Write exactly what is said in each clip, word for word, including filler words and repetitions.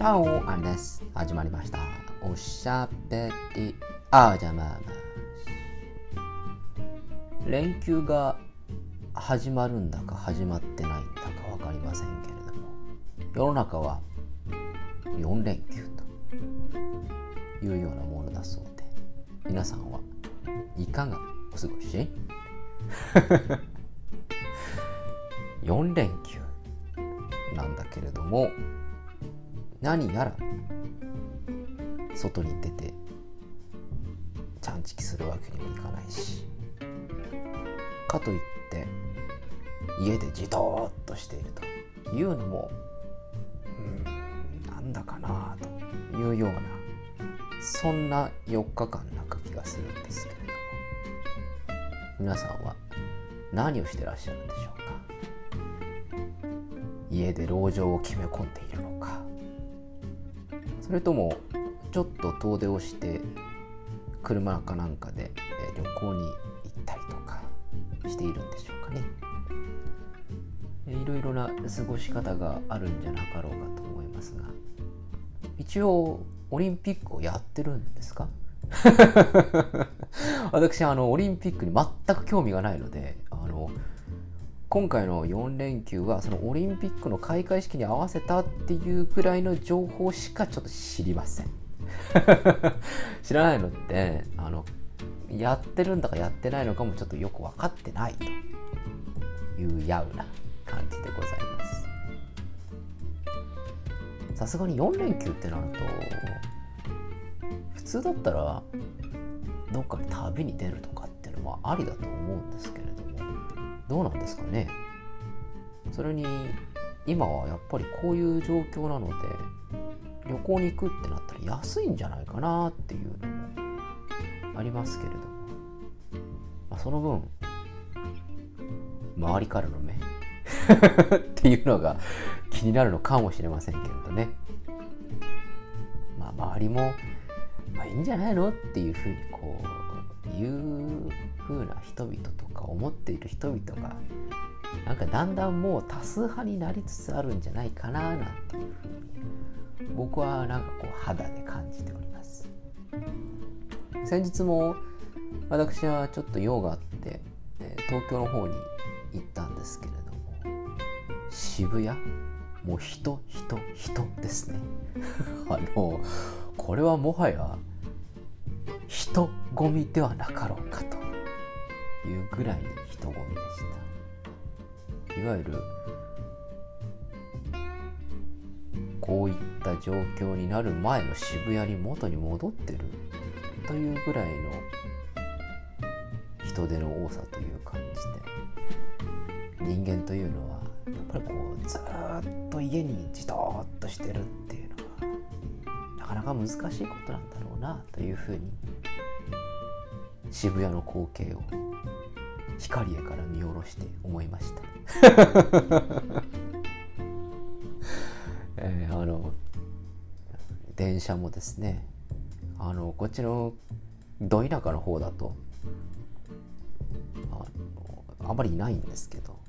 チャオアンです。始まりました。おしゃべりあじゃまます。連休が始まるんだか始まってないんだか分かりませんけれども、世の中はよん連休というようなものだそうで、皆さんはいかがお過ごし？よん連休なんだけれども、何やら外に出てちゃんちきするわけにもいかないし、かといって家でじとーっとしているというのもうーんなんだかなというような、そんなよっかかんな気がするんですけれども、皆さんは何をしてらっしゃるんでしょうか？家で籠城を決め込んでいるのか、それともちょっと遠出をして車かなんかで旅行に行ったりとかしているんでしょうかね。いろいろな過ごし方があるんじゃなかろうかと思いますが、一応オリンピックをやってるんですか？私はあのオリンピックに全く興味がないので、あの今回のよん連休はそのオリンピックの開会式に合わせたっていうくらいの情報しかちょっと知りません。知らないので、あのやってるんだかやってないのかもちょっとよく分かってないというやうな感じでございます。さすがによん連休ってなると、普通だったらどっかに旅に出るとかっていうのはありだと思うんですけれども、どうなんですかね。それに今はやっぱりこういう状況なので、旅行に行くってなったら安いんじゃないかなっていうのもありますけれども、まあ、その分周りからの目っていうのが気になるのかもしれませんけれどね。まあ周りも、まあ、いいんじゃないのっていうふうにこういうふうな人々とか思っている人々がなんかだんだんもう多数派になりつつあるんじゃないかななんていうふうに僕はなんかこう肌で感じております。先日も私はちょっと用があって東京の方に行ったんですけれども、渋谷もう人人人ですね。あのこれはもはや人混みではなかろうかというぐらいに人混みでした。いわゆるこういった状況になる前の渋谷に元に戻ってるというぐらいの人出の多さという感じで、人間というのはやっぱりこうずっと家にじとーっとしてるっていうのはなかなか難しいことなんだろうなというふうに、渋谷の光景を光栄から見下ろして思いました。えー、あの電車もですね、あのこっちのど田舎の方だとあのあまりいないんですけど、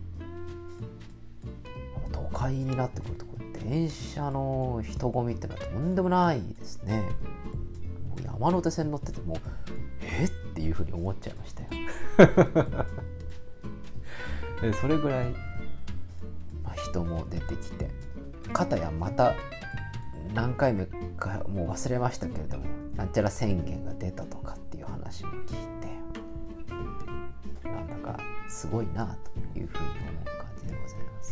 都会になってくると電車の人混みってのはとんでもないですね。山手線乗っててもえっていうふうに思っちゃいましたよ。でそれぐらい、まあ、人も出てきて、かたやまた何回目かもう忘れましたけれども、なんちゃら宣言が出たとかっていう話も聞いて、なんだかすごいなというふうに思う感じでございます。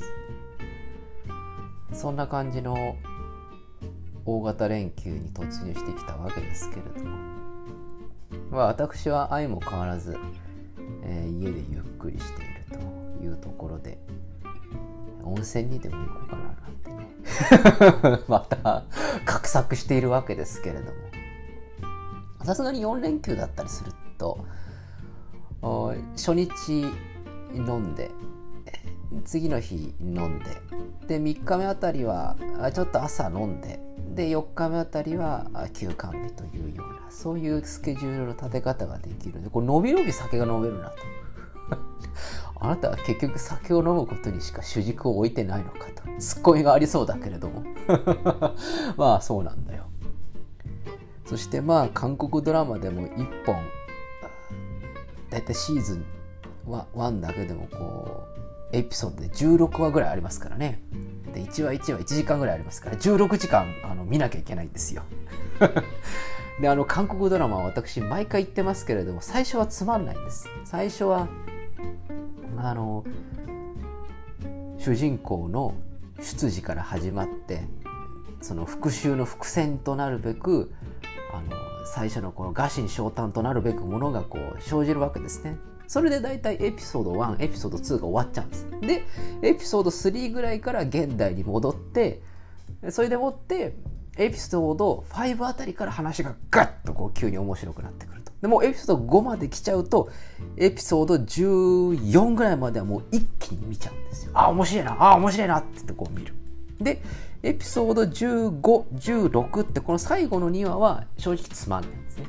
そんな感じの大型連休に突入してきたわけですけれども、まあ、私は相も変わらず、えー、家でゆっくりしているというところで、温泉にでも行こうかななんてねまた画策しているわけですけれども、さすがによん連休だったりすると初日飲んで次の日飲んで、でみっかめあたりはちょっと朝飲んで、でよっかめあたりは休館日というような、そういうスケジュールの立て方ができるので、これ伸び伸び酒が飲めるなとあなたは結局酒を飲むことにしか主軸を置いてないのかとツッコミがありそうだけれどもまあそうなんだよ。そしてまあ韓国ドラマでもいっぽんだいたいシーズンワンだけでもこうエピソードでじゅうろくわぐらいありますからね。でいちわいちわいちじかんぐらいありますからじゅうろくじかんあの見なきゃいけないんですよであの韓国ドラマは私毎回言ってますけれども最初はつまんないんです。最初はあの主人公の出自から始まってその復讐の伏線となるべくあの最初のこの臥薪嘗胆となるべくものがこう生じるわけですね。それでだいたいエピソードワンエピソードツーが終わっちゃうんです。でエピソードスリーぐらいから現代に戻ってそれでもってエピソードファイブあたりから話がガッとこう急に面白くなってくると。でもエピソードごまで来ちゃうとエピソードじゅうよんぐらいまではもう一気に見ちゃうんですよ。あ面白いなあ面白いなって言ってこう見る。でエピソードじゅうご、じゅうろくってこの最後のにわは正直つまんないんですね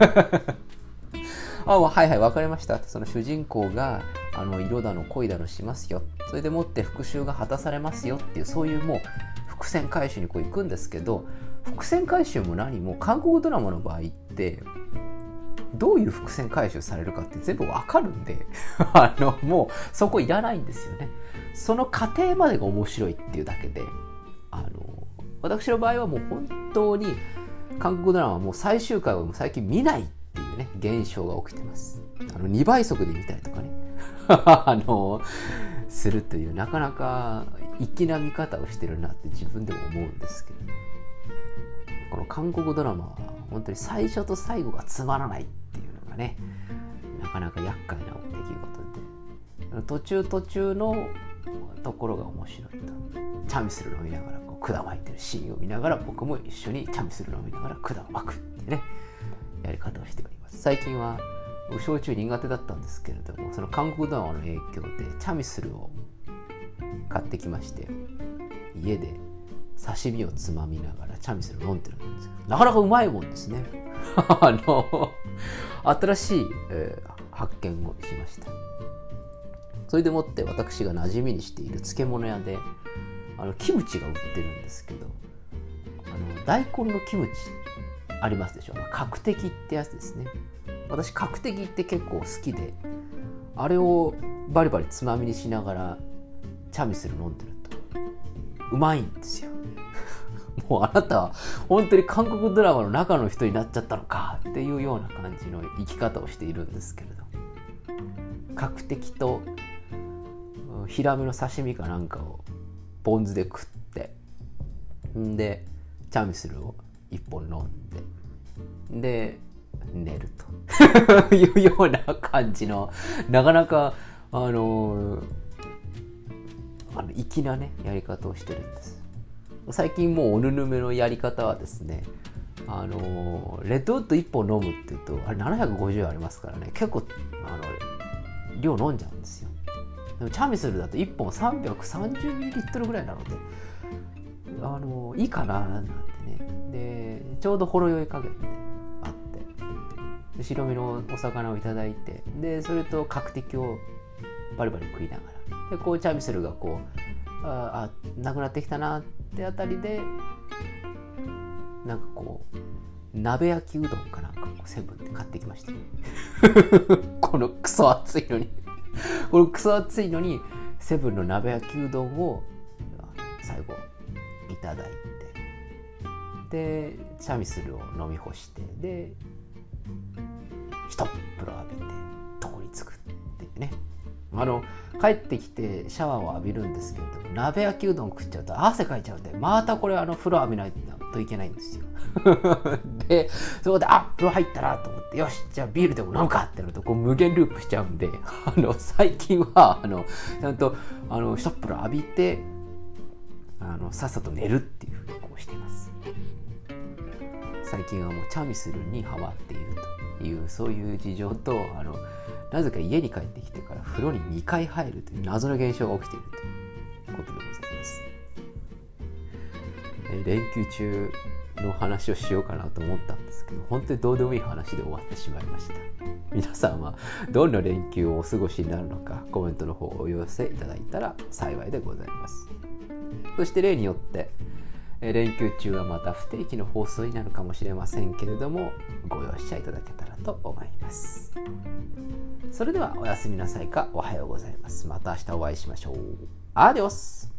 あはいはい分かりました。その主人公があの色だの恋だのしますよ。それでもって復讐が果たされますよっていうそういうもう伏線回収にこう行くんですけど伏線回収も何も韓国ドラマの場合ってどういう伏線回収されるかって全部わかるんであのもうそこいらないんですよね。その過程までが面白いっていうだけであの私の場合はもう本当に韓国ドラマはもう最終回はもう最近見ないっていうね現象が起きてます。あのにばい速で見たりとかねあのするというなかなか粋な見方をしてるなって自分でも思うんですけど、この韓国ドラマは本当に最初と最後がつまらないっていうのがねなかなか厄介な出来事で途中途中のところが面白いとチャミスル飲みながらこう管巻いてるシーンを見ながら僕も一緒にチャミスル飲みながら管を巻くっていうねやり方をしております。最近は焼酎苦手だったんですけれどもその韓国ドラマの影響でチャミスルを買ってきまして家で刺身をつまみながらチャミスル飲んでるんですけどなかなかうまいもんですねあの新しい、えー、発見をしました。それでもって私が馴染みにしている漬物屋であのキムチが売ってるんですけどあの大根のキムチありますでしょ。角的ってやつですね。私角的って結構好きであれをバリバリつまみにしながらチャミスル飲んでるとうまいんですよもうあなたは本当に韓国ドラマの中の人になっちゃったのかっていうような感じの生き方をしているんですけれど角的とヒラメの刺身かなんかをポン酢で食ってんでチャミスルを一本飲んでで寝るというような感じのなかなかあのー、あの粋なねやり方をしてるんです。最近もうおぬぬめのやり方はですねあのー、レッドウッドいっぽん飲むっていうとあれななひゃくごじゅうありますからね結構あの量飲んじゃうんですよ。でもチャミスルだといっぽんさんびゃくさんじゅうミリリットルぐらいなのであのいいかななんてねでちょうどほろ酔いかけてあって白身のお魚をいただいてでそれと角的をバリバリ食いながらでこうチャミスルがこうああなくなってきたなってあたりでなんかこう鍋焼きうどんかなんかセブンで買ってきましたこのクソ熱いのにこのクソ熱いのにセブンの鍋焼きうどんを最後いただいてでチャミスルを飲み干してで一風呂浴びて床につくっていうねあの帰ってきてシャワーを浴びるんですけれども鍋焼きうどん食っちゃうと汗かいちゃうんでまたこれあの風呂浴びないといけないんですよでそこであ風呂入ったなと思ってよしじゃあビールでも飲むかってなるとこう無限ループしちゃうんであの最近はあのちゃんとあの一風呂浴びてあのさっさと寝るっていうふうにこうしています。最近はもうチャミスルにハマっているというそういう事情とあのなぜか家に帰ってきてから風呂ににかい入るという謎の現象が起きているということでございます。え連休中の話をしようかなと思ったんですけど、本当にどうでもいい話で終わってしまいました。皆さんはどんな連休をお過ごしになるのか、コメントの方をお寄せいただいたら幸いでございます。そして例によって連休中はまた不定期の放送になるかもしれませんけれども、ご容赦いただけたらと思います。それではおやすみなさいかおはようございます。また明日お会いしましょう。アディオス。